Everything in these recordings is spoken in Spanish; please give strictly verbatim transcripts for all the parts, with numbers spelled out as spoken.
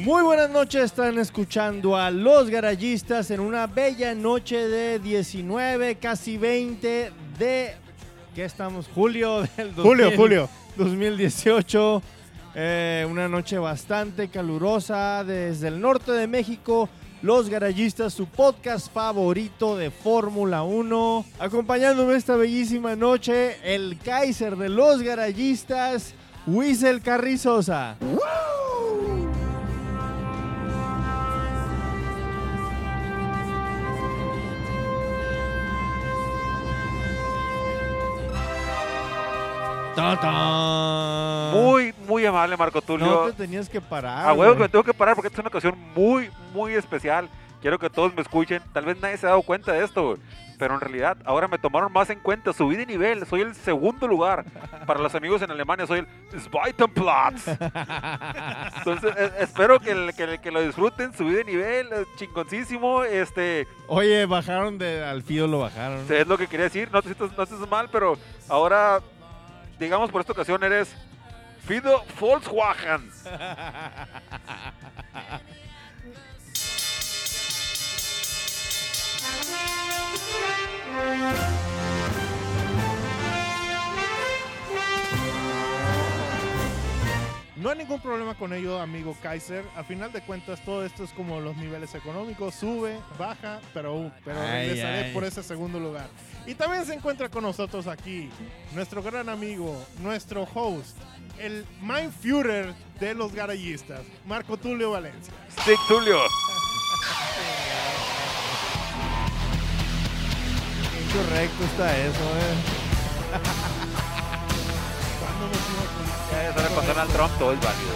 Muy buenas noches, están escuchando a Los Garayistas en una bella noche de diecinueve, casi veinte de... ¿Qué estamos? Julio del dos mil, Julio, Julio. dos mil dieciocho. Eh, una noche bastante calurosa desde el norte de México. Los Garayistas, su podcast favorito de Fórmula uno. Acompañándome esta bellísima noche, el Kaiser de Los Garayistas, Wiesel Carrizosa. ¡Ta-ta! Muy, muy amable, Marco Tulio. No te tenías que parar. A huevo güey. que me tengo que parar porque esta es una ocasión muy, muy especial. Quiero que todos me escuchen. Tal vez nadie se ha dado cuenta de esto, güey. Pero en realidad ahora me tomaron más en cuenta. Subí de nivel. Soy el segundo lugar. Para los amigos en Alemania soy el Zweitenplatz. Entonces eh, espero que, que, que lo disfruten. Subí de nivel. eh, Chingoncísimo. Este, Oye, bajaron de Alfido, lo bajaron. es lo que quería decir. No te sientas, no te sientas mal, pero ahora, digamos por esta ocasión eres Fido Volkswagen. No hay ningún problema con ello, amigo Kaiser. A final de cuentas, todo esto es como los niveles económicos. Sube, baja, pero, pero Ay, regresaré ay. por ese segundo lugar. Y también se encuentra con nosotros aquí nuestro gran amigo, nuestro host, el Mindführer de los Garayistas, Marco Tulio Valencia. Stick Tulio. Qué correcto está eso, eh. ¿Cuándo nos iba a- Ya, Eso le pasó a Donald Trump, todo es válido.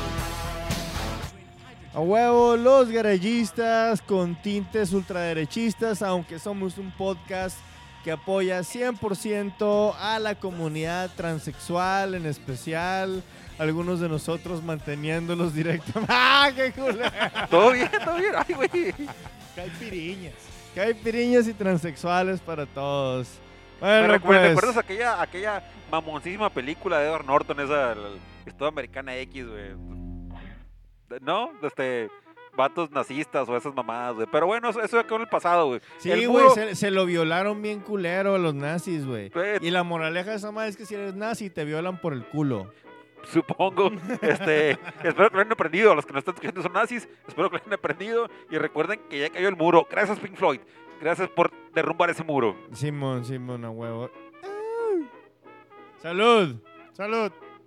A huevo, Los Garayistas con tintes ultraderechistas, aunque somos un podcast que apoya cien por ciento a la comunidad transexual, en especial algunos de nosotros manteniéndolos directamente. ¡Ah, qué culo! Todo bien, todo bien. Ay, güey. Caipiriñas. Caipiriñas y transexuales para todos. ¿Me Bueno, recuerdas, pues, ¿recuerdas aquella, aquella mamoncísima película de Edward Norton, esa, la- Historia Americana X, güey? ¿No? Este, vatos nazistas o esas mamadas, güey. Pero bueno, eso, eso ya quedó en el pasado, güey. sí, El güey, muro- se, se lo violaron bien culero a los nazis, güey. Güey. Y la moraleja de esa madre es que si eres nazi te violan por el culo. Supongo. Este, espero que lo hayan aprendido. Los que nos están escuchando son nazis. Espero que lo hayan aprendido. Y recuerden que ya cayó el muro. Gracias, Pink Floyd. Gracias por derrumbar ese muro. Simón, Simón, a huevo. ¡Salud! Salud.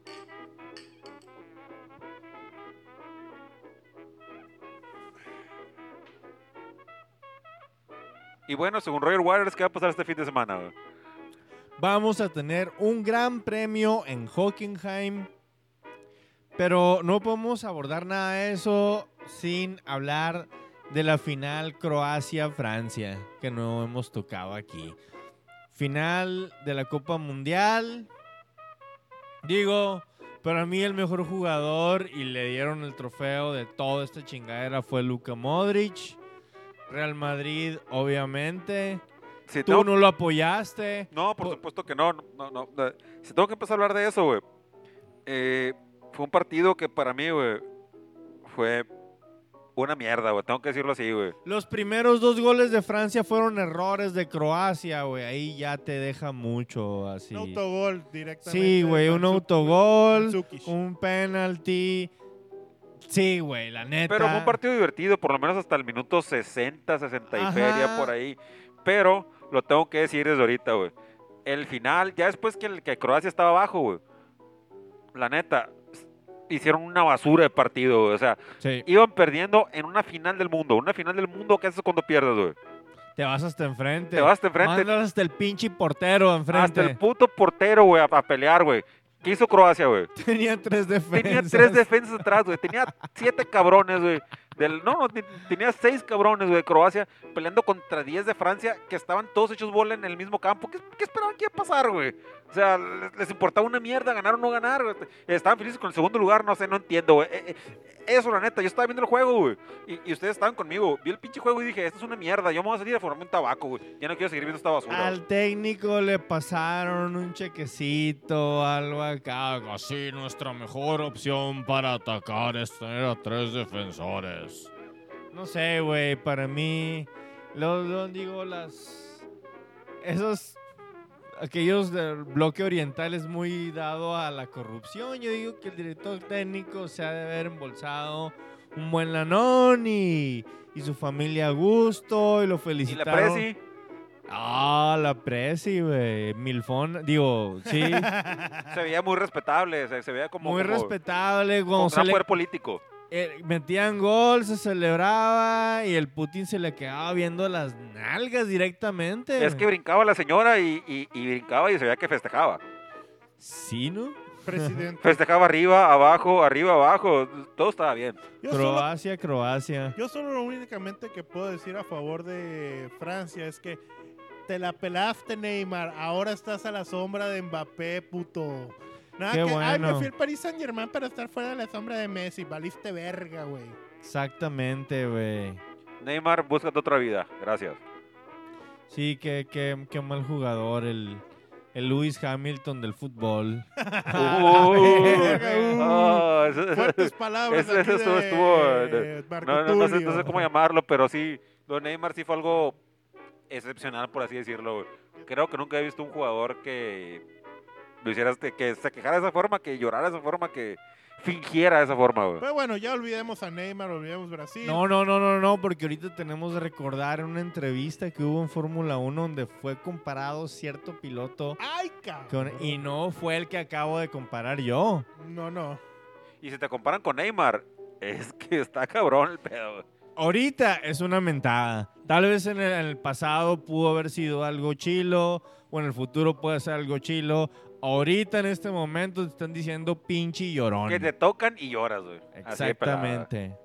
Y bueno, según Roger Waters, ¿qué va a pasar este fin de semana, güey? Vamos a tener un gran premio en Hockenheim. Pero no podemos abordar nada de eso sin hablar de la final Croacia-Francia, que no hemos tocado aquí. Final de la Copa Mundial. Digo, para mí el mejor jugador y le dieron el trofeo de toda esta chingadera fue Luka Modric. Real Madrid, obviamente. Si Tú tengo- no lo apoyaste. No, por Po- supuesto que no. no, no, no. Si tengo que empezar a hablar de eso, güey. eh, fue un partido que para mí, güey, fue una mierda, güey. Tengo que decirlo así, güey. Los primeros dos goles de Francia fueron errores de Croacia, güey. Ahí ya te deja mucho así. Un autogol directamente. Sí, güey, un Mandzukic- autogol, Mandzukic. un penalti. Sí, güey, la neta. Pero fue un partido divertido, por lo menos hasta el minuto sesenta, sesenta y Ajá. feria por ahí. Pero lo tengo que decir desde ahorita, güey. El final, ya después que, el, que Croacia estaba abajo, güey. La neta, s- hicieron una basura de partido, güey. O sea, Sí, iban perdiendo en una final del mundo. Una final del mundo, ¿qué haces cuando pierdes, güey? te vas hasta enfrente. Te vas hasta enfrente. Mandas hasta el pinche portero enfrente. Hasta el puto portero, güey, a, a pelear, güey. ¿Qué hizo Croacia, güey? Tenía tres defensas. Tenía tres defensas atrás, güey. Tenía siete cabrones, güey. Del, no, no, te- tenía seis cabrones, güey, de Croacia peleando contra diez de Francia que estaban todos hechos bola en el mismo campo. ¿Qué, qué esperaban que iba a pasar, güey? O sea, les, les importaba una mierda ganar o no ganar, güey. Estaban felices con el segundo lugar, no sé, no entiendo, güey. Eh, eh, Eso, la neta, yo estaba viendo el juego, güey. Y, y ustedes estaban conmigo. Vi el pinche juego y dije, esto es una mierda. Yo me voy a salir a formarme un tabaco, güey. Ya no quiero seguir viendo esta basura. Al técnico le pasaron un chequecito, algo acá. Así, nuestra mejor opción para atacar es tener a tres defensores. No sé, güey, para mí, lo, lo digo, las... Esos... Aquellos del bloque oriental es muy dado a la corrupción. Yo digo que el director técnico se ha de haber embolsado un buen lanón y, y su familia a gusto y lo ¿Y la felicitaron. Presi? Ah, la Presi, güey. Milfón, digo, sí. Se veía muy respetable, se, se veía como... muy como, respetable. como Cuando gran se le, poder político. eh, metían gol, se celebraba y el Putin se le quedaba viendo las nalgas directamente. Es que brincaba la señora y, y, y brincaba y se veía que festejaba. Sí, ¿no? Presidente. Festejaba arriba, abajo, arriba, abajo. Todo estaba bien. Yo solo, Croacia, Croacia. yo solo lo únicamente que puedo decir a favor de Francia es que te la pelaste, Neymar. Ahora estás a la sombra de Mbappé, puto. Nada Qué que, ay, me bueno. fui al Paris Saint Germain para estar fuera de la sombra de Messi. Valiste verga, güey. Exactamente, güey. Neymar, búscate otra vida. Gracias. Sí, qué, qué, qué mal jugador el, el Lewis Hamilton del fútbol. Uh, ah, ese- Fuertes palabras. ese- aquí ese estuvo- de estuvo- Marco no, no, no sé, Tulio. no sé cómo llamarlo, pero sí, lo de Neymar sí fue algo excepcional, por así decirlo. Güey. Creo que nunca he visto un jugador que lo hiciera, este- que se quejara de esa forma, que llorara de esa forma, que fingiera de esa forma. Güey. Pero bueno, ya olvidemos a Neymar, olvidemos Brasil. No, no, no, no, no, porque ahorita tenemos que recordar una entrevista que hubo en Fórmula uno donde fue comparado cierto piloto ¡Ay, cabrón! con, y no fue el que acabo de comparar yo. No, no. Y si te comparan con Neymar, es que está cabrón el pedo. Güey. Ahorita es una mentada. Tal vez en el, en el pasado pudo haber sido algo chilo o en el futuro puede ser algo chilo. Ahorita en este momento te están diciendo pinche llorón. Que te tocan y lloras, güey. Así de pelada. Exactamente.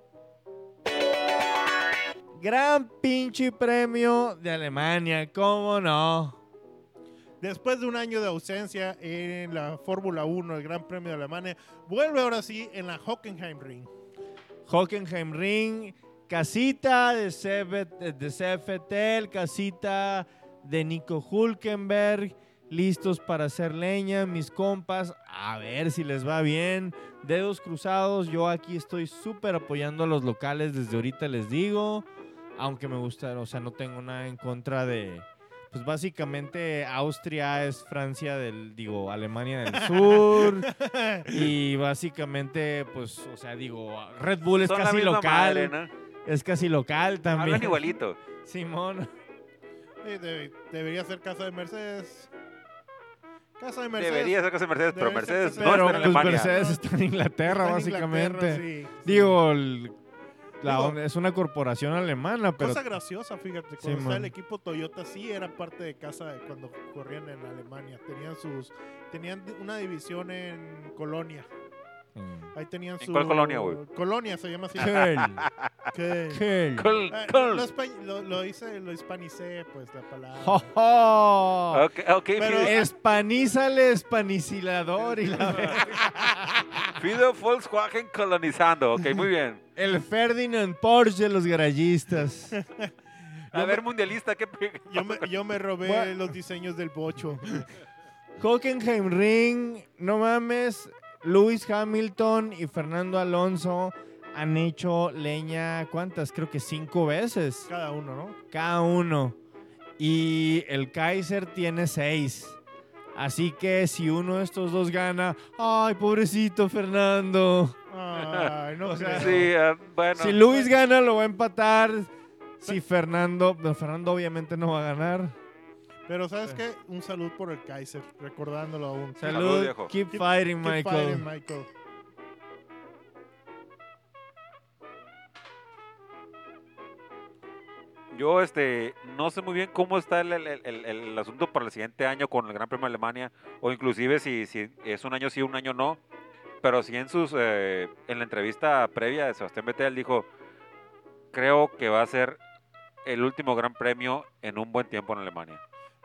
Gran pinche premio de Alemania, ¿cómo no? Después de un año de ausencia en la Fórmula uno, el Gran Premio de Alemania, vuelve ahora sí en la Hockenheim Ring. Hockenheim Ring, casita de, C F, de C F T, casita de Nico Hülkenberg, listos para hacer leña, mis compas, a ver si les va bien, dedos cruzados, yo aquí estoy súper apoyando a los locales, desde ahorita les digo, aunque me gusta, o sea, no tengo nada en contra de, pues básicamente Austria es Francia del, digo, Alemania del Sur, y básicamente, pues, o sea, digo, Red Bull es Son la casi misma local, madre, ¿no? es casi local también. Hablan igualito. Simón. Eh, debe- debería ser casa de Mercedes. Casa de Mercedes. Debería ser casa de Mercedes, pero Debería ser Mercedes casa de no Pero está en pues Alemania. Mercedes está en Inglaterra, Está en básicamente. Inglaterra, sí, sí. Digo, el- la Digo, onda- es una corporación alemana, pero Cosa graciosa, fíjate, Sí, cuando estaba man. el equipo Toyota sí era parte de casa de cuando corrían en Alemania. Tenían sus tenían una división en Colonia. Mm. Ahí tenían ¿En su cuál colonia, güey? Colonia se llama así. Köln, Köln. Köln. Col- Ah, col- lo, espa- lo- lo hice, lo hispanicé, pues la palabra. Jo, jo. Ok, ok, Pero- Fide- Espanízale, espanicilador y la verga. Fide Volkswagen colonizando. Ok, muy bien. El Ferdinand Porsche de los garayistas. A ver, mundialista, ¿qué? Yo me, yo me robé Bueno. los diseños del bocho. Hockenheim Ring, no mames, Lewis Hamilton y Fernando Alonso han hecho leña, ¿cuántas? Creo que cinco veces. Cada uno, ¿no? Cada uno. Y el Kaiser tiene seis. Así que si uno de estos dos gana, ¡ay, pobrecito Fernando! Ay, no O sea, creo. Sí, ah, bueno. Si Luis gana, lo va a empatar. Si Fernando, no, Fernando obviamente no va a ganar. Pero ¿sabes qué? Un salud por el Kaiser, recordándolo aún. Salud, Salud, viejo. keep, Keep- fighting, Keep Michael. fighting, Michael. Yo este, no sé muy bien cómo está el, el- el- el asunto para el siguiente año con el Gran Premio de Alemania, o inclusive si, si es un año sí, un año no, pero sí en, sus, eh, en la entrevista previa de Sebastián Vettel dijo, creo que va a ser el último Gran Premio en un buen tiempo en Alemania.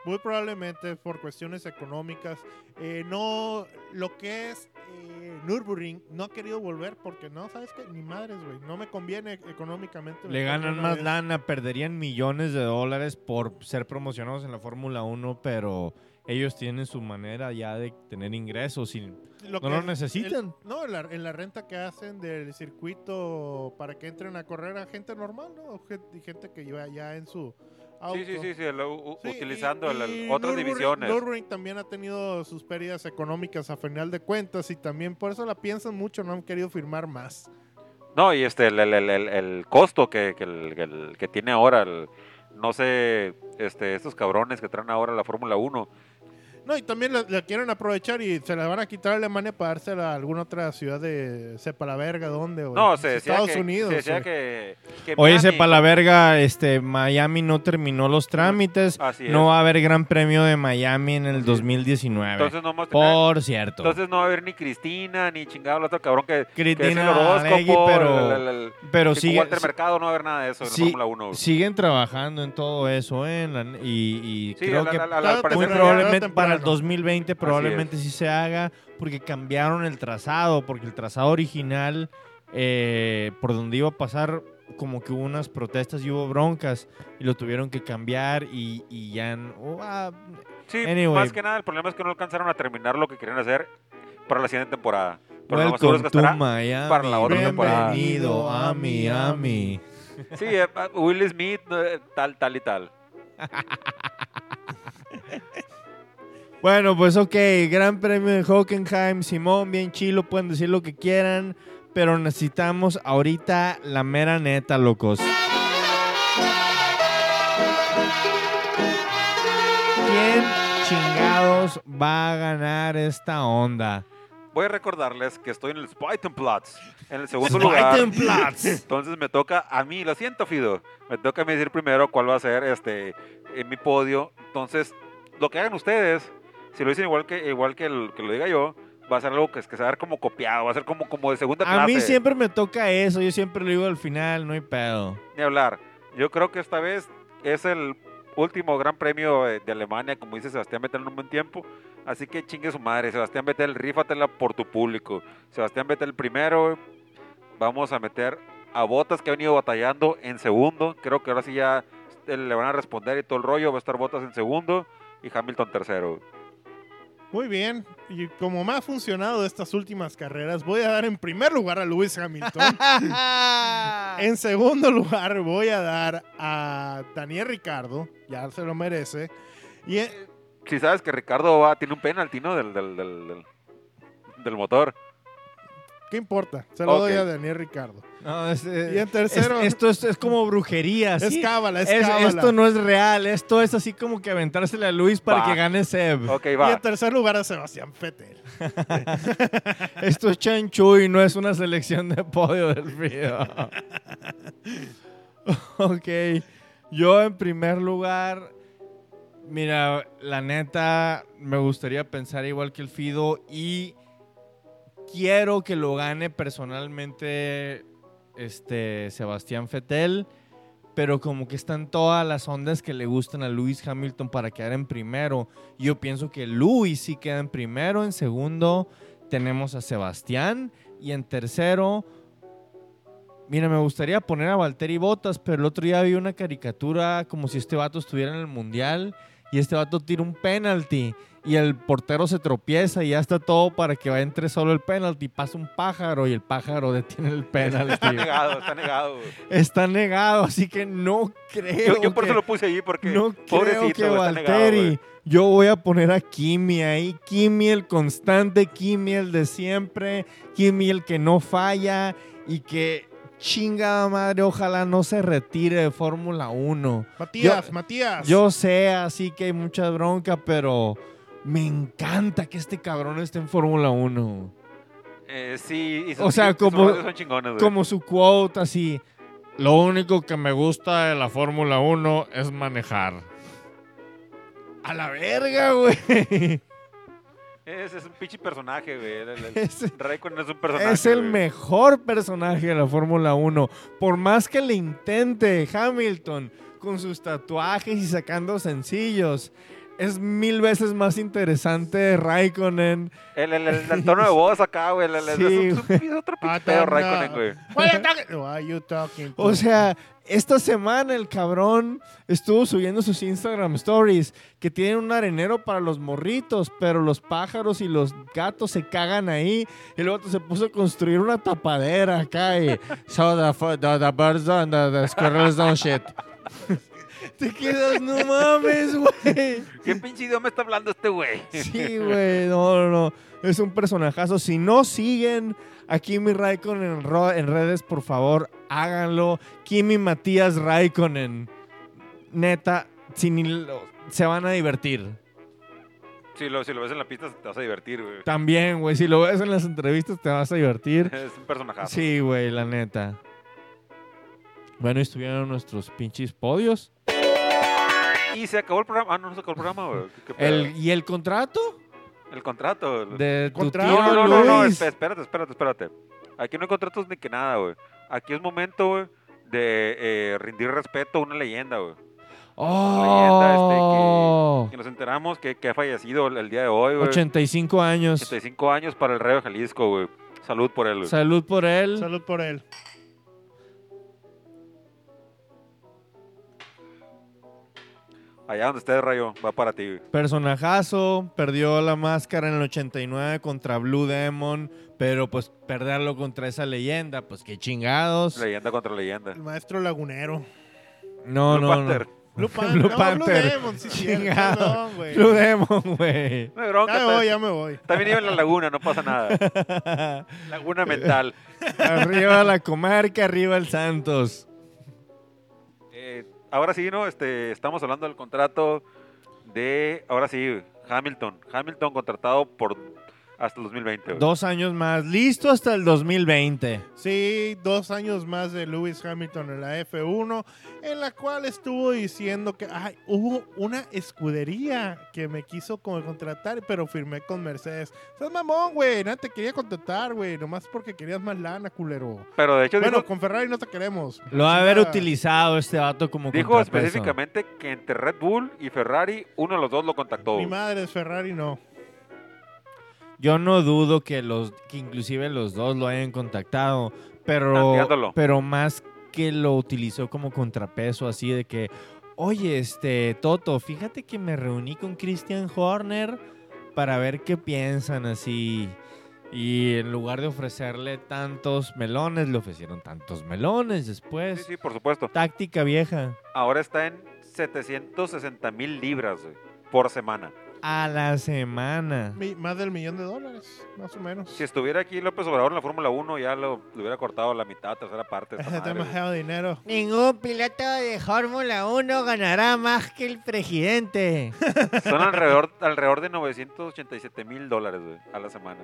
muy probablemente por cuestiones económicas. Eh, no, lo que es eh, Nürburgring no ha querido volver porque no, ¿sabes qué? Ni madres, güey. No me conviene económicamente. Le me ganan conviene más una vez. lana, perderían millones de dólares por ser promocionados en la Fórmula uno, pero ellos tienen su manera ya de tener ingresos y Lo no que- lo necesitan. el- no, en la, en la renta que hacen del circuito para que entren a correr a gente normal, ¿no? Gente, gente que lleva ya en su auto. Sí, sí, sí, sí, lo- u- Sí, utilizando y- el- el- y otras Nürburgring- divisiones. Nürburgring también ha tenido sus pérdidas económicas a final de cuentas y también por eso la piensan mucho, no han querido firmar más. No, y este, el, el, el, el- el costo que, que, el, que el- que tiene ahora, el- no sé, este, estos cabrones que traen ahora la Fórmula uno. No, y también la, la quieren aprovechar y se la van a quitar a Alemania para dársela a alguna otra ciudad de sepa la verga, ¿dónde? O No, en se decía, Estados que, Unidos. se decía o- que, que Oye, Miami- sepa la verga, este, Miami no terminó los trámites. Así es. No va a haber Gran Premio de Miami en el Así es. dos mil diecinueve. Entonces no vamos a tener- Por cierto. entonces no va a haber ni Cristina, ni chingado el otro cabrón que, que es Cristina el horóscopo, Alegui, pero- el- el- el- pero que sigue, Walter Mercado, no va a haber nada de eso en sí, la Fórmula uno. siguen trabajando en todo eso, ¿eh? En la- y, y Sí, creo al- que al- al- Tarde al o parecer muy temprano, probablemente tarde o para el temprano. dos mil veinte probablemente sí se haga porque cambiaron el trazado, porque el trazado original eh, por donde iba a pasar como que hubo unas protestas y hubo broncas y lo tuvieron que cambiar y, y ya... n- oh, ah, Sí, Anyway. más que nada el problema es que no alcanzaron a terminar lo que querían hacer para la siguiente temporada. Pero lo más seguro es welcome que to estará Miami. para la otra temporada. Bienvenido a Miami. Sí, eh, Will Smith, eh, tal, tal y tal. Bueno, pues ok, Gran Premio de Hockenheim, Simón, bien chilo, pueden decir lo que quieran, pero necesitamos ahorita la mera neta, locos. ¿Quién chingados va a ganar esta onda? Voy a recordarles que estoy en el Spitenplatz, en el segundo lugar. Spitenplatz. Entonces me toca a mí, lo siento, Fido. Me toca a mí decir primero cuál va a ser este en mi podio. Entonces, lo que hagan ustedes, si lo dicen igual que igual que, el- que lo diga yo, va a ser algo que, que se va a ver como copiado, va a ser como, como de segunda clase. A mí siempre me toca eso, yo siempre lo digo al final, no hay pedo. Ni hablar. Yo creo que esta vez es el último gran premio eh, de Alemania, como dice Sebastián Vettel en un buen tiempo. Así que chingue su madre, Sebastián Vettel, rífatela por tu público. Sebastián Vettel primero, vamos a meter a Bottas que ha venido batallando en segundo. Creo que ahora sí ya eh, le van a responder y todo el rollo. Va a estar Bottas en segundo y Hamilton tercero. Muy bien, y como me ha funcionado estas últimas carreras, voy a dar en primer lugar a Lewis Hamilton. En segundo lugar voy a dar a Daniel Ricciardo, ya se lo merece. Y en- Si sabes que Ricardo va, tiene un penalti, ¿no? Del, del, del, del, del motor. ¿qué importa? Se lo Ok. doy a Daniel Ricciardo. No, es, eh, Y en tercero- es- esto es, es como brujería. Es ¿sí? cábala, es, Es- cábala. esto no es real, esto es así como que aventársele a Luis para Va. que gane Seb. Ok, Y va. en tercer lugar a Sebastián Vettel. Esto es chanchuy, no es una selección de podio del frío. Ok, yo en primer lugar, mira, la neta, me gustaría pensar igual que el Fido y quiero que lo gane personalmente este Sebastián Vettel, pero como que están todas las ondas que le gustan a Lewis Hamilton para quedar en primero. Yo pienso que Lewis sí queda en primero, en segundo tenemos a Sebastián y en tercero, mira, me gustaría poner a Valtteri Bottas, pero el otro día vi una caricatura como si este vato estuviera en el mundial y este vato tira un penalti y el portero se tropieza y ya está todo para que va entre solo el penalti, pasa un pájaro y el pájaro detiene el penalti. Está negado, está negado. güey. Está negado, así que no creo Yo, yo por que, eso lo puse ahí, porque no creo pobrecito, que güey, está negado, Valtteri. güey. Yo voy a poner a Kimi ahí. Kimi el constante, Kimi el de siempre, Kimi el que no falla y que chingada madre, ojalá no se retire de Fórmula uno. Matías, Yo- Matías. Yo sé, así que hay mucha bronca, pero me encanta que este cabrón esté en Fórmula uno. Eh, sí, y O sea, sus- sus como- radios son chingones, güey. Como su quote así, lo único que me gusta de la Fórmula uno es manejar. A la verga, güey. Ese es un pinche personaje, güey. El, el- Es, Raikkonen es un personaje. es el güey. mejor personaje de la Fórmula uno. Por más que le intente Hamilton con sus tatuajes y sacando sencillos, es mil veces más interesante Raikkonen. El, el, el, el tono de voz acá, güey. El, el, Sí, es, un, es otro Ah, pedo no. Raikkonen, güey. Why you talking- Why you talking to- O sea, esta semana el cabrón estuvo subiendo sus Instagram stories que tienen un arenero para los morritos, pero los pájaros y los gatos se cagan ahí. Y luego se puso a construir una tapadera acá y... So the, fu- the, the birds and the, the squirrels don't shit. Te quedas, no mames, güey. ¿Qué pinche idioma está hablando este güey? Sí, güey, no, no, no. Es un personajazo. Si no siguen a Kimi Raikkonen en, ro- en redes, por favor, háganlo. Kimi Matías Raikkonen. Neta, si ni lo- se van a divertir. Si lo, si lo ves en la pista te vas a divertir, güey. También, güey, si lo ves en las entrevistas te vas a divertir. Es un personajazo. Sí, güey, la neta. Bueno, estuvieron nuestros pinches podios. Y se acabó el programa. Ah, no, no se acabó el programa, güey. ¿Qué- qué pedo? El, ¿Y el contrato? El contrato. De tu Contrato. tío No, no, no, no, Luis. esp- espérate, espérate, espérate. Aquí no hay contratos ni que nada, güey. Aquí es momento, güey, de eh, rendir respeto a una leyenda, güey. Oh, Que nos enteramos que, que ha fallecido el, el día de hoy, güey. ochenta y cinco años. ochenta y cinco años para el Rey de Jalisco, güey. Salud por él, güey. Salud por él. Salud por él. Allá donde estés, Rayo, va para ti, güey. Personajazo, perdió la máscara en el ochenta y nueve contra Blue Demon, pero pues perderlo contra esa leyenda, pues qué chingados. Leyenda contra leyenda. El maestro lagunero. No, Blue no, Panther. no. Blue Panther. Blue No, Panther. Blue Demon, sí, cierto, Chingado. perdón, güey. Blue Demon, güey. No hay bronca, Ya me voy, está- ya me voy. También iba en la laguna, no pasa nada. Laguna mental. Arriba la comarca, arriba el Santos. Eh, ahora sí, ¿no? Este, estamos hablando del contrato de, ahora sí, güey, Hamilton. Hamilton contratado por hasta el dos mil veinte. güey. Dos años más, listo hasta el dos mil veinte. Sí, dos años más de Lewis Hamilton en la F uno, en la cual estuvo diciendo que ay, hubo una escudería que me quiso como contratar, pero firmé con Mercedes. Estás mamón, güey, no te quería contratar, güey, nomás porque querías más lana, culero. Pero de hecho Bueno, dijo, con Ferrari no te queremos. Lo va a haber Chingada. utilizado este vato como dijo contrapeso. específicamente que entre Red Bull y Ferrari, uno de los dos lo contactó. Mi madre es Ferrari, no. Yo no dudo que los que inclusive los dos lo hayan contactado, pero Tanteándolo. pero más que lo utilizó como contrapeso así de que, oye, este Toto, fíjate que me reuní con Christian Horner para ver qué piensan así. Y en lugar de ofrecerle tantos melones, le ofrecieron tantos melones después. Sí, sí, por supuesto. Táctica vieja. Ahora está en setecientos sesenta mil libras, güey, por semana. A la semana. Mi- más del millón de dólares, más o menos. Si estuviera aquí López Obrador en la Fórmula uno, ya lo, le hubiera cortado la mitad, tercera parte. de esta Es madre, güey. demasiado dinero. Ningún piloto de Fórmula uno ganará más que el presidente. Son alrededor, alrededor de novecientos ochenta y siete mil dólares, güey, a la semana.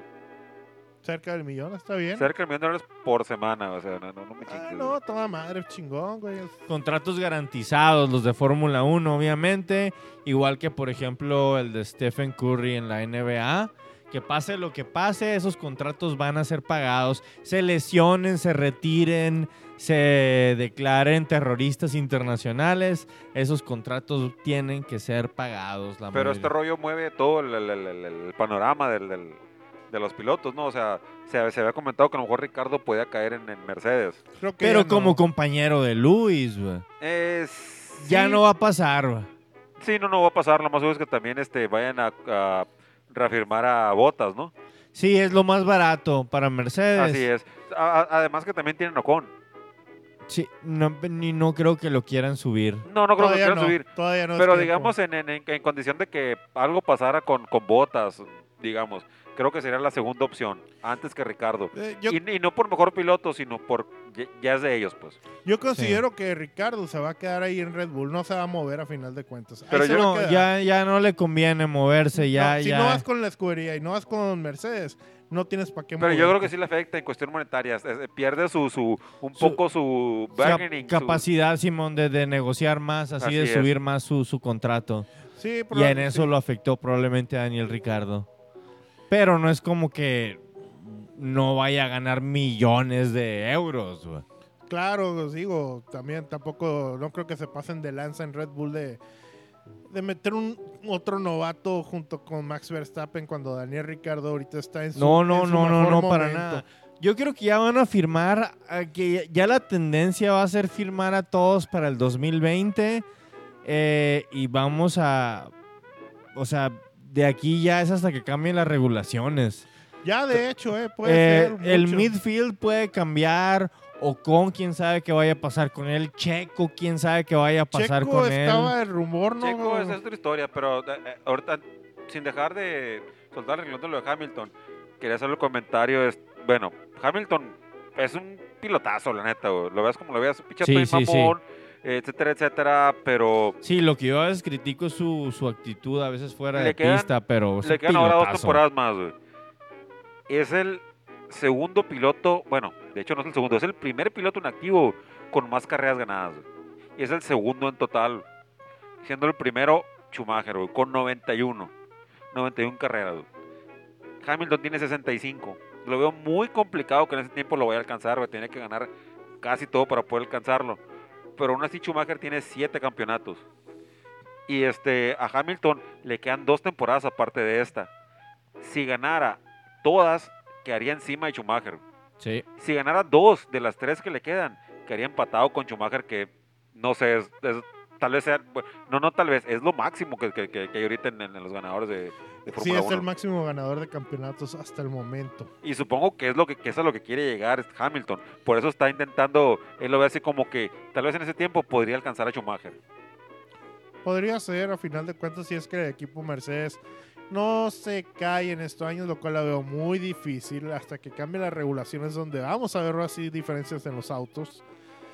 Cerca del millón, está bien. Cerca del millón de dólares por semana, o sea, no, no, no me Ah, chingues. no, güey. toda madre, chingón, güey. Contratos garantizados, los de Fórmula uno, obviamente. Igual que, por ejemplo, el de Stephen Curry en la N B A. Que pase lo que pase, esos contratos van a ser pagados. Se lesionen, se retiren, se declaren terroristas internacionales. Esos contratos tienen que ser pagados. La Pero mayoría. este rollo mueve todo el, el- el- el- el panorama del, del- de los pilotos, ¿no? O sea, se, se había comentado que a lo mejor Ricardo podía caer en, en Mercedes. Creo que Pero ya no. como compañero de Luis, güey. Es, Ya sí, no va a pasar, güey. Sí, no, no va a pasar. Lo más seguro es que también este, vayan a, a reafirmar a Botas, ¿no? Sí, es lo más barato para Mercedes. Así es. A- a- además que también tienen Ocon. Sí, no, ni no creo que lo quieran subir. No, no creo que Todavía quieran no, subir. todavía no es Pero tiempo. digamos en, en, en- en condición de que algo pasara con, con Botas, digamos, creo que sería la segunda opción, antes que Ricardo. Eh, yo, Y, y no por mejor piloto, sino por ya, ya es de ellos, pues. yo considero que Ricardo se va a quedar ahí en Red Bull, no se va a mover a final de cuentas. Ahí Pero se yo- va a No, quedar. ya, ya no le conviene moverse, ya, No, si ya. no vas con la escudería y no vas con Mercedes, no tienes para qué Pero yo moverte. creo que sí le afecta en cuestión monetaria. es- es- Pierde su, su un Su- poco su Cap- bargaining. su- capacidad, Simón, de, de negociar más, así, Así de es. subir más su, su contrato. Sí, Y en probablemente eso sí. lo afectó probablemente a Daniel Ricardo. Pero no es como que no vaya a ganar millones de euros, güey. Claro, os digo, también tampoco, no creo que se pasen de lanza en Red Bull de, de meter un otro novato junto con Max Verstappen cuando Daniel Ricciardo ahorita está en su No, no, en su no, no, mejor no, para momento. nada. Yo creo que ya van a firmar, a que ya la tendencia va a ser firmar a todos para el dos mil veinte eh, y vamos a, o sea, de aquí ya es hasta que cambien las regulaciones. Ya de hecho, eh, puede Eh, ser el mucho. midfield puede cambiar, Ocon, quién sabe qué vaya a pasar con él, Checo, quién sabe qué vaya a pasar Checo con estaba él. el rumor, ¿no? Checo, esa es otra historia, pero eh, eh, ahorita, sin dejar de soltar el renglón de lo de Hamilton, quería hacer el comentario, es, bueno, Hamilton es un pilotazo, la neta, güey. Lo veas como lo veas, pinche Sí, estoy sí, sí. mamón, etcétera, etcétera, pero Sí, lo que yo a veces critico es su, su actitud a veces fuera Le de quedan- pista, pero es le un quedan ahora dos pilotazo. temporadas más, güey. Es el segundo piloto, bueno, de hecho no es el segundo, es el primer piloto en activo con más carreras ganadas, güey. Y es el segundo en total, siendo el primero Schumacher, güey, con noventa y uno carreras, güey. Hamilton tiene sesenta y cinco. Lo veo muy complicado que en ese tiempo lo vaya a alcanzar, güey. Tiene que ganar casi todo para poder alcanzarlo. Pero aún así Schumacher tiene siete campeonatos. Y este, a Hamilton le quedan dos temporadas aparte de esta. Si ganara todas, quedaría encima de Schumacher. Sí. Si ganara dos de las tres que le quedan, quedaría empatado con Schumacher, que no sé, es, es- tal vez sea, bueno, no, no tal vez, es lo máximo que, que, que- que hay ahorita en, en los ganadores de, de Sí, Fórmula es el uno. máximo ganador de campeonatos hasta el momento. Y supongo que es lo que, que es a lo que quiere llegar es Hamilton. Por eso está intentando, él lo ve así como que tal vez en ese tiempo podría alcanzar a Schumacher. Podría ser, a final de cuentas, si es que el equipo Mercedes no se cae en estos años, lo cual la veo muy difícil hasta que cambien las regulaciones, donde vamos a ver así diferencias en los autos.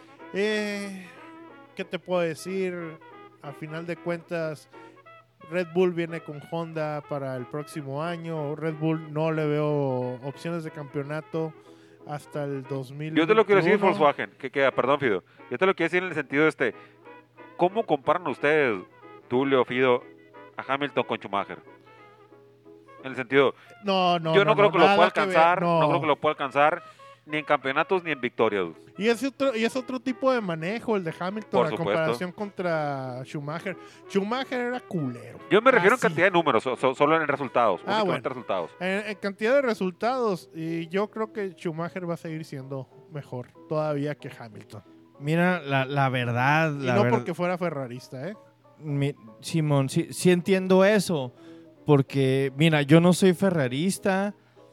Eh, ¿Qué te puedo decir? A final de cuentas, Red Bull viene con Honda para el próximo año. Red Bull no le veo opciones de campeonato hasta el dos mil veintiuno. Yo te lo quiero decir Volkswagen, que queda, perdón Fido, yo te lo quiero decir en el sentido de este, ¿cómo comparan ustedes, Tulio, Fido, a Hamilton con Schumacher? En el sentido, No, no, yo no, creo que lo nada pueda que ver, alcanzar, no. no creo que lo pueda alcanzar ni en campeonatos ni en victorias. Y es otro, y es otro tipo de manejo el de Hamilton Por a supuesto. comparación contra Schumacher. Schumacher era culero. Yo me refiero Así. en cantidad de números, so- so- solo en resultados, Ah, únicamente bueno. resultados. En, en cantidad de resultados. Y yo creo que Schumacher va a seguir siendo mejor todavía que Hamilton. Mira, la, la verdad, Y la no ver- porque fuera ferrarista, ¿eh? mi- Simón, sí, sí entiendo eso, porque, mira, yo no soy ferrarista,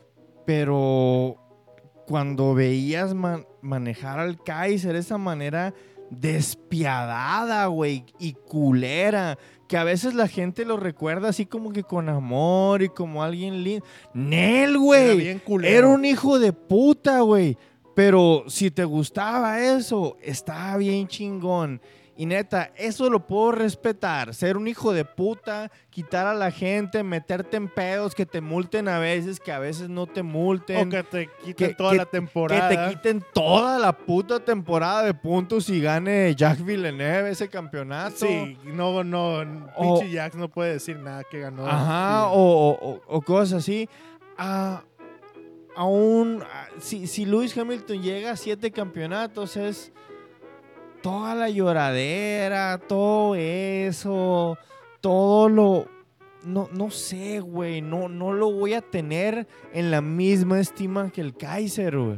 pero cuando veías man- manejar al Kaiser de esa manera despiadada, güey, y culera, que a veces la gente lo recuerda así como que con amor y como alguien lindo. Nel, Era güey, bien culero. era un hijo de puta, güey. Pero si te gustaba eso, estaba bien chingón. Y neta, eso lo puedo respetar. Ser un hijo de puta, quitar a la gente, meterte en pedos, que te multen a veces, que a veces no te multen. O que te quiten que- toda que- la temporada. Que te quiten toda la puta temporada de puntos y gane Jacques Villeneuve ese campeonato. Sí, no, no. O- Pinche Jax no puede decir nada que ganó. Ajá, Sí. o, o- o- o cosas así. Ah, aún, ah, si, si Lewis Hamilton llega a siete campeonatos, es toda la lloradera, todo eso, todo lo... No, no sé, güey, no, no lo voy a tener en la misma estima que el Kaiser, güey.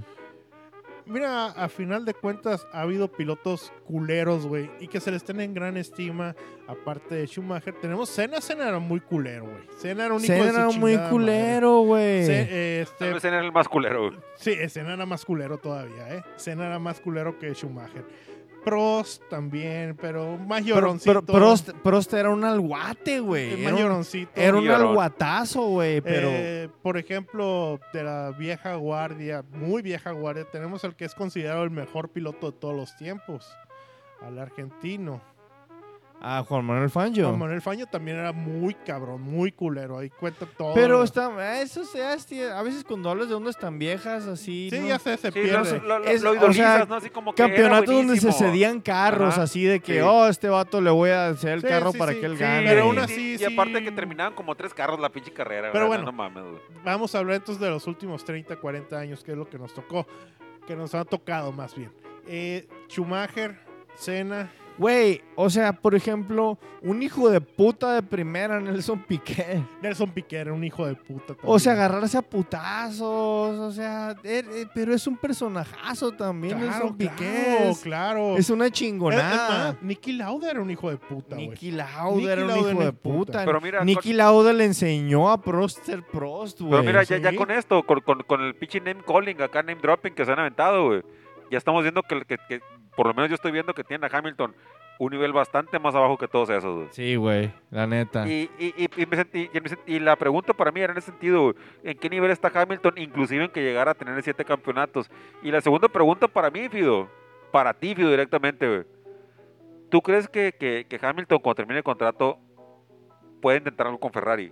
Mira, a final de cuentas ha habido pilotos culeros, güey, y que se les tiene en gran estima, aparte de Schumacher. Tenemos Senna, Senna era muy culero, güey. Senna era un hijo de Senna su era muy chingada culero, madre. güey. Se- este, Tal vez era el más culero. güey. sí, Senna era más culero todavía, ¿eh? Senna era más culero que Schumacher. Prost también, pero más Pero, lloroncito. pero Prost, Prost era un alguate, güey. más Era un- lloroncito. Era un Llorón. alguatazo, güey, pero... Eh, por ejemplo, de la vieja guardia, muy vieja guardia, tenemos al que es considerado el mejor piloto de todos los tiempos, al argentino. Ah, Juan Manuel Fangio. Juan Manuel Fangio también era muy cabrón, muy culero, ahí cuenta todo. Pero está, eso se hace, a veces cuando hablas de ondas tan viejas así, Sí, ¿no? ya sé, se Sí, pierde. lo, lo, Es- lo o idolizas, sea, ¿no? Así como que era campeonatos donde se buenísimo. cedían carros, Ajá, así de que, sí. oh, este vato le voy a hacer el Sí, carro sí, para sí, que él sí, gane. pero y- aún y- así, y, sí. aparte que terminaban como tres carros la pinche carrera. Pero ¿verdad? bueno. No mames, güey. Vamos a hablar entonces de los últimos treinta, cuarenta años, que es lo que nos tocó, que nos ha tocado más bien. Eh, Schumacher, Senna, Güey, o sea, por ejemplo, un hijo de puta de primera, Nelson Piquet. Nelson Piquet era un hijo de puta también. O sea, agarrarse a putazos, o sea, er- er- pero es un personajazo también, claro, Nelson Piquet. claro, Es, claro. es una Es- es chingonada. más, Niki Lauda era un hijo de puta, güey. Niki Lauda Niki era un Lauda hijo era de un puta. puta. Pero mira, Niki Lauda le enseñó a Prost ser Prost, güey. Pero mira, ya, ya sí. con esto, con, con, con el pitching name calling, acá name dropping que se han aventado, güey. Ya estamos viendo que, que, que, por lo menos yo estoy viendo que tiene a Hamilton un nivel bastante más abajo que todos esos, güey. Sí, güey, la neta. Y, y, y, y, me sentí- y me sentí- y la pregunta para mí era en ese sentido, güey, ¿en qué nivel está Hamilton, inclusive en que llegara a tener siete campeonatos? Y la segunda pregunta para mí, Fido, para ti, Fido, directamente, güey. ¿Tú crees que, que, que Hamilton, cuando termine el contrato, puede intentar algo con Ferrari?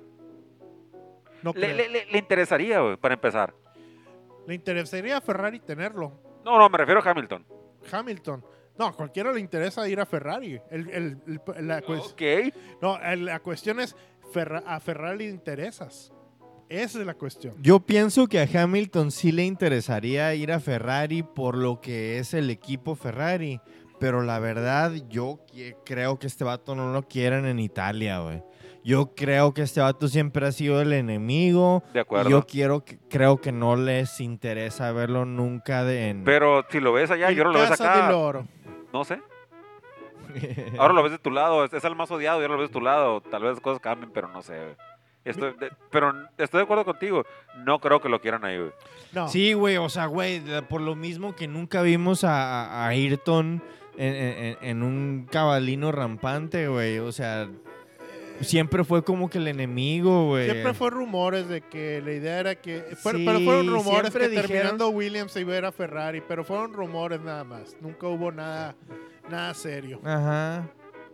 No Le, creo. le, le- le interesaría, güey, para empezar. Le interesaría a Ferrari tenerlo. No, no, me refiero a Hamilton. Hamilton. No, a cualquiera le interesa ir a Ferrari. El, el- el- la, cues- Ok. no, el- la cuestión es, Ferra- a Ferrari le interesas. Esa es la cuestión. Yo pienso que a Hamilton sí le interesaría ir a Ferrari por lo que es el equipo Ferrari. Pero la verdad, yo qui- creo que este vato no lo quieren en Italia, güey. Yo creo que este vato siempre ha sido el enemigo. De acuerdo. Y yo quiero que, creo que no les interesa verlo nunca de en... Pero si lo ves allá y En ahora lo ves Casa acá, del Oro. no sé. Ahora lo ves de tu lado, es, es el más odiado y ahora lo ves de tu lado. Tal vez las cosas cambien, pero no sé, güey. Estoy de- pero estoy de acuerdo contigo. No creo que lo quieran ahí, güey. No. Sí, güey, o sea, güey, de- por lo mismo que nunca vimos a, a Ayrton en, en- en un cabalino rampante, güey. O sea, siempre fue como que el enemigo, güey. Siempre fue rumores de que la idea era que... fue- Sí, pero fueron rumores siempre que dijeron- terminando Williams se iba a ir a Ferrari. Pero fueron rumores nada más. Nunca hubo nada, nada serio. Ajá.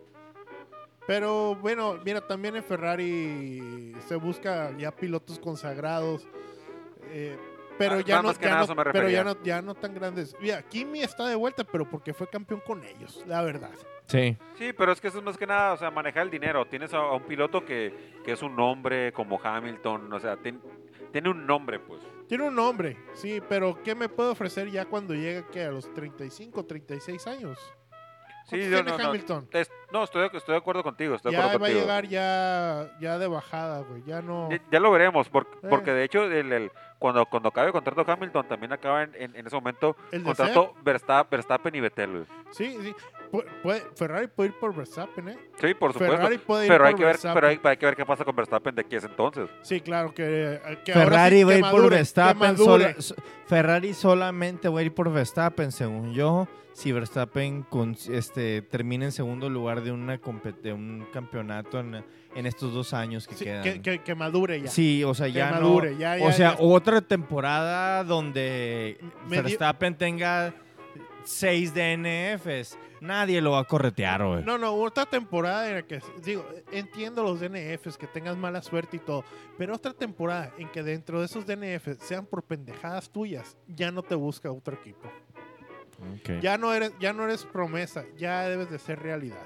Pero bueno, mira, también en Ferrari se busca ya pilotos consagrados. eh, pero Ah, ya más- no, más que ya nada no- eso me pero refería. ya no, ya no tan grandes. Mira, Kimi está de vuelta, pero porque fue campeón con ellos, la verdad. Sí. Sí, pero es que eso es más que nada, o sea, manejar el dinero. Tienes a, a un piloto que, que es un nombre como Hamilton, o sea, tien- tiene un nombre, pues. Tiene un nombre, sí, pero ¿qué me puede ofrecer ya cuando llegue que a los treinta y cinco, treinta y seis años? Sí, ¿Cuántos yo tiene no, no, Hamilton? es- no, estoy, estoy de acuerdo contigo, estoy de Ya acuerdo va a contigo. llegar ya, ya de bajada, güey. Ya no. Ya, ya lo veremos, porque, Eh. porque de hecho, el, el- cuando, cuando acabe el contrato de Hamilton, también acaba en, en, en ese momento El de contrato Verstappen, Verstappen y Vettel, güey. Sí, sí. Pu- puede- Ferrari puede ir por Verstappen, ¿eh? Sí, por supuesto. Ferrari puede ir Pero hay, por que ver, Verstappen. pero hay, hay que ver qué pasa con Verstappen de aquí a ese entonces. Sí, claro que, que ahora Ferrari sí, va a que ir por madure, que Verstappen. madure. sola- so- Ferrari solamente va a ir por Verstappen, según yo. Si Verstappen con, este, termina en segundo lugar de, una compet- de un campeonato en, en estos dos años que Sí, quedan. que, que- que madure ya. Sí, o sea, Que ya madure, no. ya, ya, o sea, ya. otra temporada donde Me di- Verstappen tenga seis D N Fs. Nadie lo va a corretear, güey. No, no, otra temporada en la que, digo, entiendo los D N Fs, que tengas mala suerte y todo, pero otra temporada en que dentro de esos D N Fs sean por pendejadas tuyas, ya no te busca otro equipo. Ok. Ya no eres, ya no eres promesa, ya debes de ser realidad.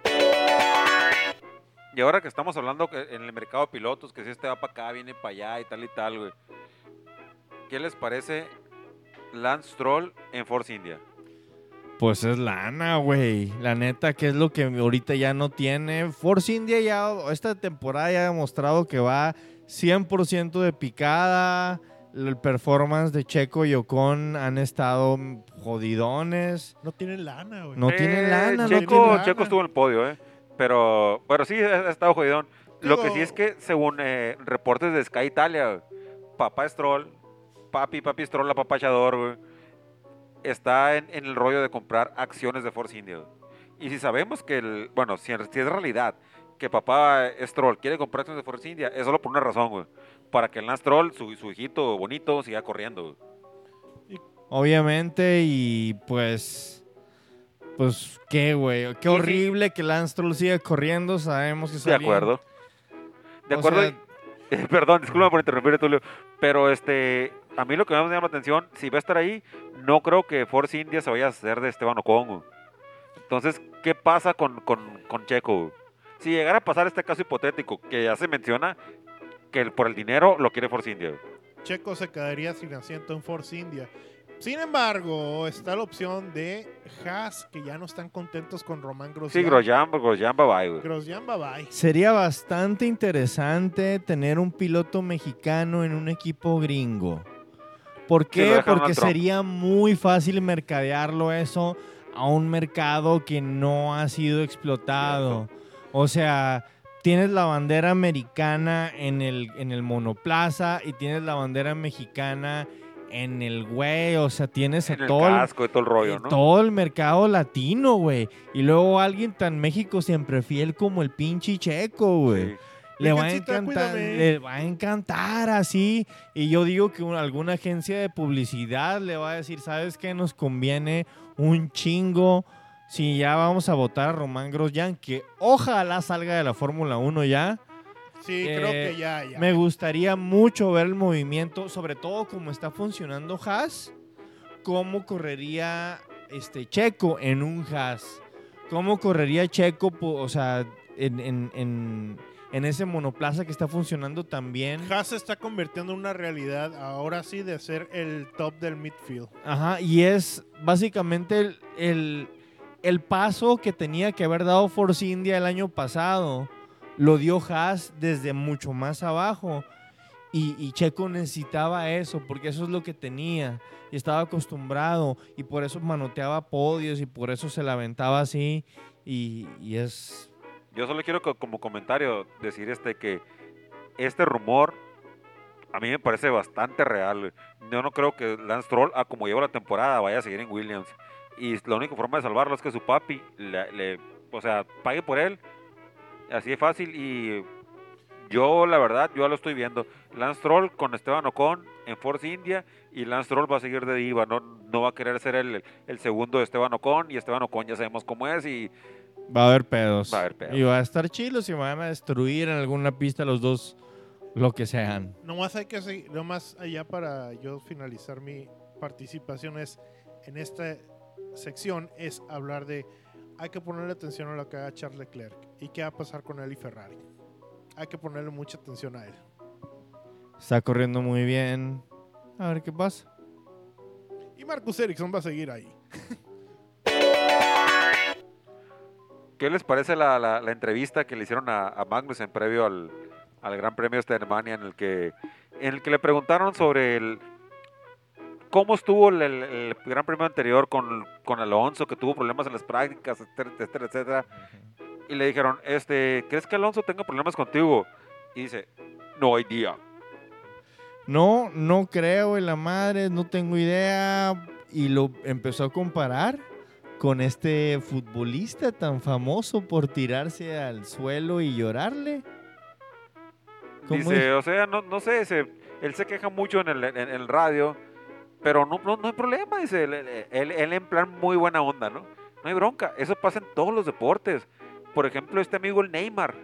Y ahora que estamos hablando que en el mercado de pilotos, que si este va para acá, viene para allá y tal y tal, güey. ¿Qué les parece Lance Stroll en Force India? Pues es lana, güey. La neta, que es lo que ahorita ya no tiene. Force India ya, esta temporada ya ha demostrado que va cien por ciento de picada. El performance de Checo y Ocon han estado jodidones. No tienen lana, güey. No tienen lana, no Checo, tienen lana. Checo estuvo en el podio, ¿eh? Pero, pero sí, ha ha estado jodidón. Lo que Digo- sí es que, según eh, reportes de Sky Italia, güey, papá Stroll, papi, papi Stroll, la papachador, güey, está en, en el rollo de comprar acciones de Force India, güey. Y si sabemos que, el, bueno, si, si es realidad que papá Stroll quiere comprar acciones de Force India, es solo por una razón, güey. Para que el Lance Stroll, su, su hijito bonito, siga corriendo, güey. Obviamente, y pues... Pues, ¿qué, güey? Qué Y sí. horrible que Lance Stroll siga corriendo. Sabemos que De está bien. acuerdo. De O acuerdo. sea- y- perdón, disculpa por interrumpirte, Tulio. Pero este, a mí lo que más me llama la atención, si va a estar ahí, no creo que Force India se vaya a hacer de Esteban Ocon, güey. Entonces, ¿qué pasa con, con, con Checo, güey? Si llegara a pasar este caso hipotético, que ya se menciona que el- por el dinero lo quiere Force India, güey. Checo se quedaría sin asiento en Force India. Sin embargo, está la opción de Haas, que ya no están contentos con Román Grosjean. Sí, Grosjean, Grosjean, bye bye, güey. Grosjean, bye bye. Sería bastante interesante tener un piloto mexicano en un equipo gringo. ¿Por Sí, lo qué? dejaron Porque al Trump. sería muy fácil mercadearlo eso a un mercado que no ha sido explotado. O sea, tienes la bandera americana en el, en el monoplaza y tienes la bandera mexicana en el güey. O sea, tienes a En el todo el, casco y todo el rollo, eh, ¿no? todo el mercado latino, güey. Y luego alguien tan México siempre fiel como el pinche Checo, güey. Sí. Le va a Virgencita, encantar, cuídame. le va a encantar así. Y yo digo que una- alguna agencia de publicidad le va a decir, ¿sabes qué? Nos conviene un chingo si ya vamos a votar a Román Grosjean, que ojalá salga de la Fórmula uno ya. Sí, Eh, creo que ya, ya. Me gustaría mucho ver el movimiento, sobre todo cómo está funcionando Haas, cómo correría este Checo en un Haas, cómo correría Checo, po- o sea, en, en, en, en ese monoplaza que está funcionando también. Haas se está convirtiendo en una realidad ahora sí de ser el top del midfield. Ajá, y es básicamente el, el, el paso que tenía que haber dado Force India el año pasado. Lo dio Haas desde mucho más abajo. Y, y Checo necesitaba eso, porque eso es lo que tenía. Y estaba acostumbrado. Y por eso manoteaba podios y por eso se la aventaba así. Y, y es... Yo solo quiero co- como comentario decir este que este rumor a mí me parece bastante real, güey. Yo no creo que Lance Stroll, a como lleva la temporada, vaya a seguir en Williams. Y la única forma de salvarlo es que su papi le, le- o sea, pague por él. Así de fácil. Y yo, la verdad, yo ya lo estoy viendo. Lance Stroll con Esteban Ocon en Force India. Y Lance Stroll va a seguir de diva. No, no va a querer ser el, el segundo de Esteban Ocon. Y Esteban Ocon ya sabemos cómo es. Y Va a haber pedos. Va a haber pedos. Y va a estar chilos y van a destruir en alguna pista los dos, lo que sean. Nomás hay que seguir, nomás allá para yo finalizar mi participación es en esta sección es hablar de hay que ponerle atención a lo que haga Charles Leclerc y qué va a pasar con él y Ferrari. Hay que ponerle mucha atención a él. Está corriendo muy bien. A ver qué pasa. Y Marcus Ericsson va a seguir ahí. ¿qué les parece la, la- la entrevista que le hicieron a, a Magnussen previo al, al Gran Premio de Alemania en el que en el que le preguntaron sobre el cómo estuvo el, el- el Gran Premio anterior con, con Alonso, que tuvo problemas en las prácticas, etcétera, etcétera, etcétera? Y le dijeron, este, ¿crees que Alonso tenga problemas contigo? Y dice, no hay día. No, no creo en la madre, no tengo idea. Y lo empezó a comparar con este futbolista tan famoso por tirarse al suelo y llorarle. ¿Cómo Dice, es? o sea, no, no sé, se- él se queja mucho en el, en, en el radio, pero no, no, no hay problema, dice, él, él- él en plan muy buena onda, ¿no? No hay bronca, eso pasa en todos los deportes. Por ejemplo, este amigo el Neymar,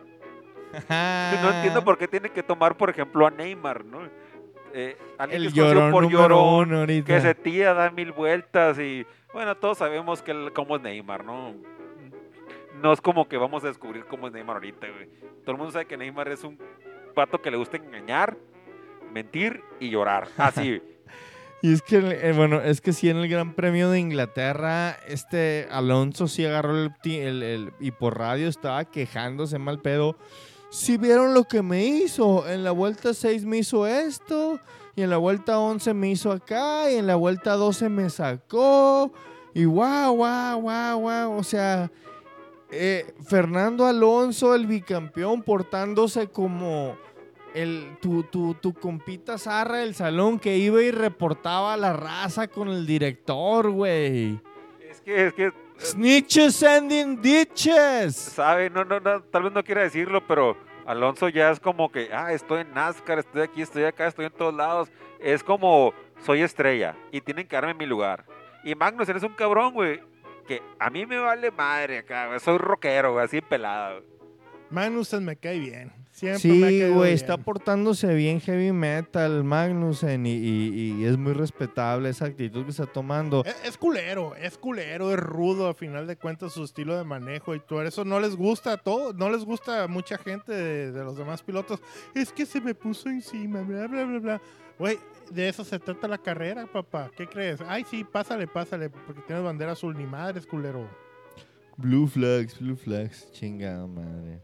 no entiendo por qué tiene que tomar, por ejemplo, a Neymar, ¿no? Eh, alguien que El es conocido llorón por número llorón, uno ahorita. que se tira, da mil vueltas y, bueno, todos sabemos que el- cómo es Neymar, ¿no? No es como que vamos a descubrir cómo es Neymar ahorita, güey. Todo el mundo sabe que Neymar es un pato que le gusta engañar, mentir y llorar. Así. Y es que, eh, bueno, es que sí en el Gran Premio de Inglaterra, este Alonso sí agarró el, ti- el- el- y por radio estaba quejándose mal pedo. Si vieron lo que me hizo, en la vuelta seis me hizo esto, y en la vuelta once me hizo acá, y en la vuelta doce me sacó, y guau, guau, guau, guau, o sea, eh, Fernando Alonso, el bicampeón, portándose como el, tu, tu, tu compita Zarra del salón que iba y reportaba a la raza con el director, güey. Es que, es que, Snitches sending ditches. sabe, no, no, no, tal vez no quiera decirlo, pero Alonso ya es como que, ah, estoy en NASCAR, estoy aquí, estoy acá, estoy en todos lados. Es como, soy estrella y tienen que darme mi lugar. Y Magnussen es un cabrón, güey, que a mí me vale madre acá, güey, soy rockero, güey, así pelado. Magnussen me cae bien. Siempre me ha Sí, caído güey, bien. está portándose bien heavy metal, Magnussen, y, y- y es muy respetable esa actitud que está tomando. Es, es culero, es culero, es rudo a final de cuentas su estilo de manejo y todo eso no les gusta a todo, no les gusta a mucha gente de, de los demás pilotos. Es que se me puso encima, bla, bla, bla, bla. Güey, de eso se trata la carrera, papá. ¿Qué crees? Ay, sí, pásale, pásale, porque tienes bandera azul, ni madres, culero. Blue flags, blue flags, chingada madre.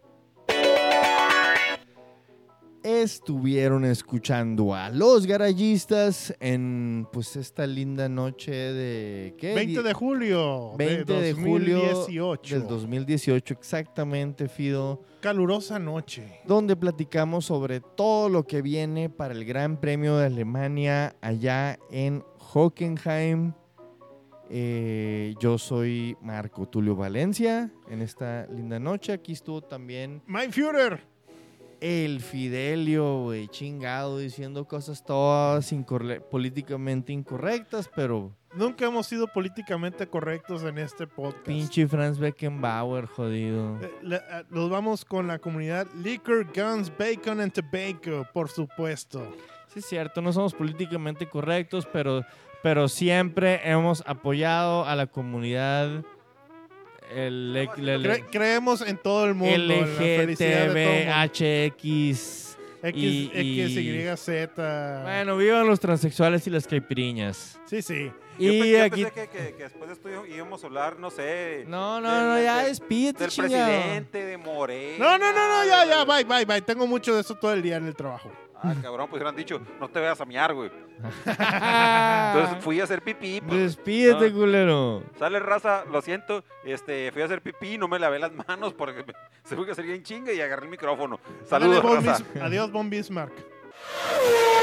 Estuvieron escuchando a los garayistas en pues esta linda noche de ¿qué? veinte de julio veinte de de julio dos mil dieciocho. del dos mil dieciocho, exactamente, Fido, Calurosa noche. donde platicamos sobre todo lo que viene para el Gran Premio de Alemania allá en Hockenheim. Eh, yo soy Marco Tulio Valencia en esta linda noche. Aquí estuvo también My Führer. el Fidelio, güey, chingado, diciendo cosas todas incorre- políticamente incorrectas, pero Nunca hemos sido políticamente correctos en este podcast. pinche Franz Beckenbauer, jodido. Eh, le- eh, Nos vamos con la comunidad Liquor, Guns, Bacon and Tobacco, por supuesto. Sí, es cierto, no somos políticamente correctos, pero, pero siempre hemos apoyado a la comunidad el, el- el- Cre- creemos en todo el mundo, en la felicidad de todo el mundo. L G T B H X. X, y- X, y- Y, Z. Bueno, vivan los transexuales y las caipiriñas. Sí, sí. Yo, Y pe- yo aquí... pensé que, que- que después de esto íbamos a hablar, no sé, No, no, del- no, ya del- despídete, del chingado. presidente, de Morena. No, no, no, no, ya, de- ya, bye, bye, bye. Tengo mucho de eso todo el día en el trabajo. Ah, cabrón, pues hubieran dicho, no te veas a miar, güey. Ah. Entonces fui a hacer pipí. pues, Despídete, no. culero. Sale raza, lo siento, este, fui a hacer pipí, no me lavé las manos porque me- se fue que sería en chinga y agarré el micrófono. Dale, Saludos, Von raza. Bis- Adiós, Von Bismarck.